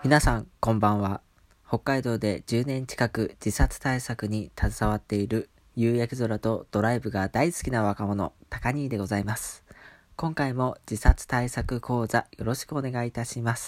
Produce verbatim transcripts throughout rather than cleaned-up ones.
皆さんこんばんは。北海道でじゅうねん近く自殺対策に携わっている夕焼け空とドライブが大好きな若者高兄でございます。今回も自殺対策講座よろしくお願いいたします。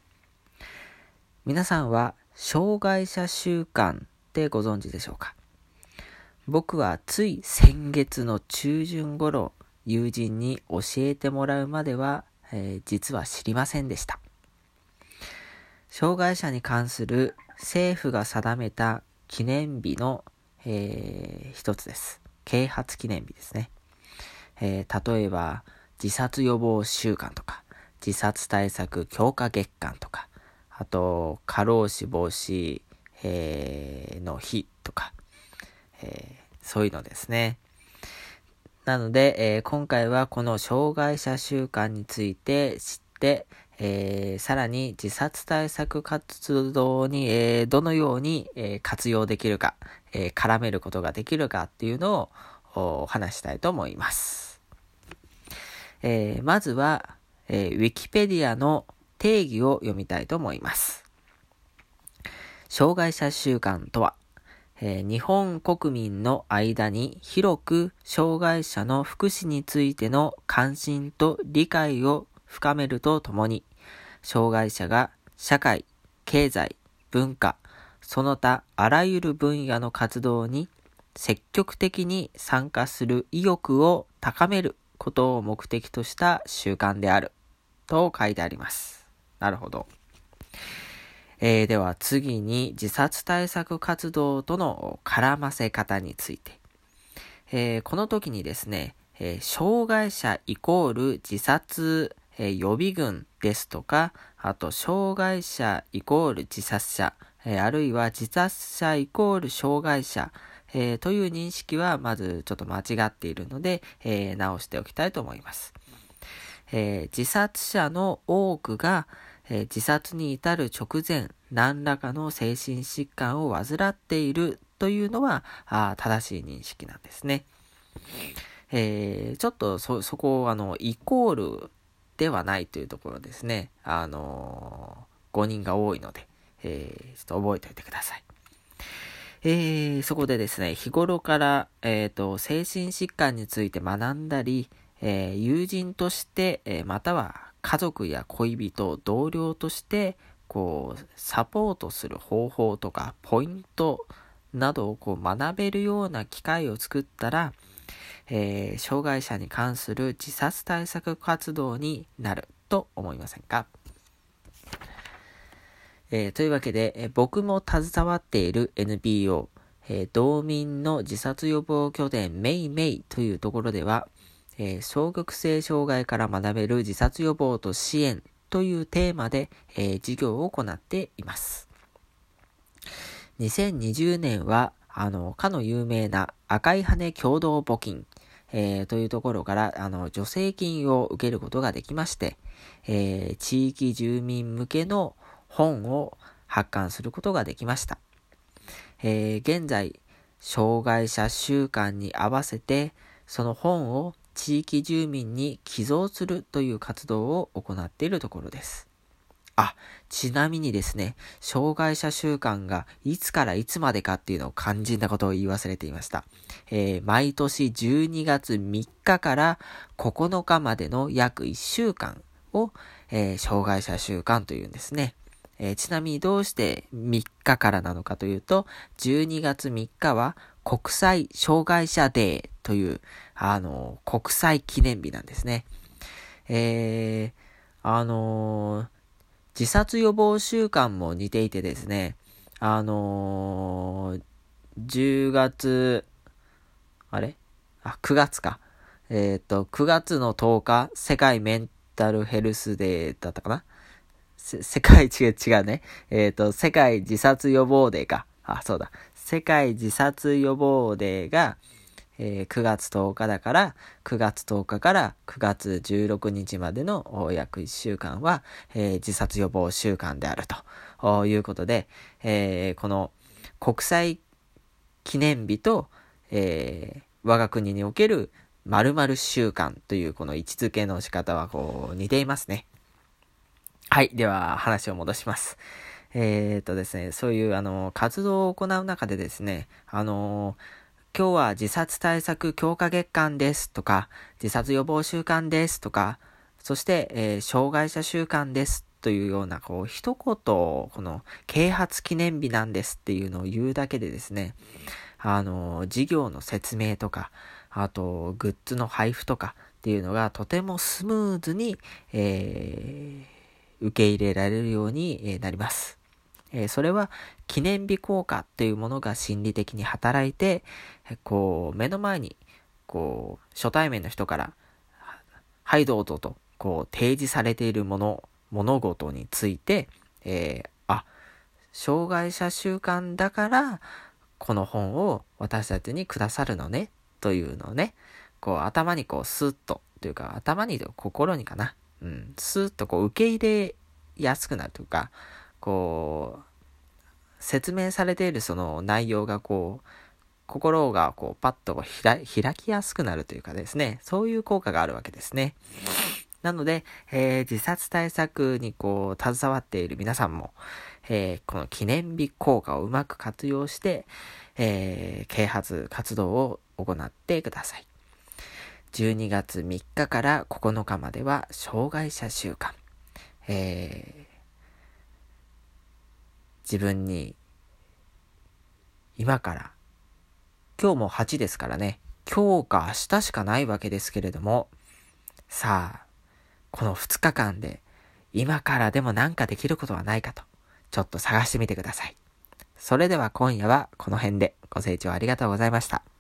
皆さんは障害者習慣ってご存知でしょうか？僕はつい先月の中旬頃友人に教えてもらうまでは、えー、実は知りませんでした。障害者に関する政府が定めた記念日の、えー、一つです。啓発記念日ですね、えー。例えば自殺予防週間とか自殺対策強化月間とか、あと過労死防止、えー、の日とか、えー、そういうのですね。なので、えー、今回はこの障害者週間について知ってえー、さらに自殺対策活動に、えー、どのように、えー、活用できるか、えー、絡めることができるかっていうのを話したいと思います。えー、まずは、えー、ウィキペディアの定義を読みたいと思います。障害者週間とは、えー、日本国民の間に広く障害者の福祉についての関心と理解を深めるとともに、障害者が社会、経済、文化、その他あらゆる分野の活動に積極的に参加する意欲を高めることを目的とした習慣であると書いてあります。なるほど。えー、では次に自殺対策活動との絡ませ方について、えー、この時にですね、えー、障害者イコール自殺えー、予備軍ですとか、あと障害者イコール自殺者、えー、あるいは自殺者イコール障害者、えー、という認識はまずちょっと間違っているので、えー、直しておきたいと思います。えー、自殺者の多くが、えー、自殺に至る直前何らかの精神疾患を患っているというのはあ正しい認識なんですね。えー、ちょっとそ、そこをあのイコールではないというところですね。あのー、誤認が多いので、えー、ちょっと覚えておいてください。えー、そこでですね、日頃から、えーと、精神疾患について学んだり、えー、友人として、えー、または家族や恋人、同僚として、こう、サポートする方法とか、ポイントなどをこう学べるような機会を作ったら、えー、障害者に関する自殺対策活動になると思いませんか？えー、というわけで、えー、僕も携わっている エヌピーオー、えー、道民の自殺予防拠点メイメイというところでは、えー、双極性障害から学べる自殺予防と支援というテーマで、えー、授業を行っています。にせんにじゅうねんはあのかの有名な赤い羽共同募金、えー、というところからあの助成金を受けることができまして、えー、地域住民向けの本を発刊することができました。えー、現在障害者週間に合わせてその本を地域住民に寄贈するという活動を行っているところです。あ、ちなみにですね、障害者週間がいつからいつまでかっていうのを肝心なことを言い忘れていました。えー、毎年じゅうにがつみっかからここのかまでの約いっしゅうかんを、えー、障害者週間というんですね。えー、ちなみにどうしてみっかからなのかというと、じゅうにがつみっかは国際障害者デーという、あのー、国際記念日なんですね。えー、あのー、自殺予防週間も似ていてですね、あのー、じゅうがつ、あれあ、くがつか。えっと、くがつのとおか、世界メンタルヘルスデーだったかな？世界違う違うね。えっと、世界自殺予防デーか。あ、そうだ。世界自殺予防デーが、えー、くがつとおかだからくがつとおかからくがつじゅうろくにちまでの約いっしゅうかんは、えー、自殺予防週間であるということで、えー、この国際記念日と、えー、我が国における〇〇週間というこの位置づけの仕方はこう似ていますね。 はい。では、話を戻します。えーっとですね、そういう、あの、活動を行う中でですね、あの、今日は自殺対策強化月間ですとか、自殺予防週間ですとか、そして、えー障害者週間ですというような、こう、一言、この、啓発記念日なんですっていうのを言うだけでですね、あの、事業の説明とか、あと、グッズの配布とかっていうのがとてもスムーズに、えー受け入れられるようにえーなります。えーそれは記念日効果というものが心理的に働いて、えーこう、目の前に、こう、初対面の人から、はいどうぞと、こう、提示されているもの、物事について、えーあ、障害者週間だから、この本を私たちにくださるのね、というのをね、こう、頭にこう、スッと、というか、頭に、心にかな、うん、スッとこう、受け入れやすくなるというか、こう、説明されているその内容がこう、心がこうパッと開開きやすくなるというかですね、そういう効果があるわけですね。なので、えー自殺対策にこう、携わっている皆さんも、えーこの記念日効果をうまく活用して、えー啓発活動を行ってください。じゅうにがつみっかからここのかまでは障害者週間。えー自分に今から今日もはちですからね。今日か明日しかないわけですけれども、さあ、このふつかかんで今からでもなんかできることはないかと、ちょっと探してみてください。それでは今夜はこの辺でご清聴ありがとうございました。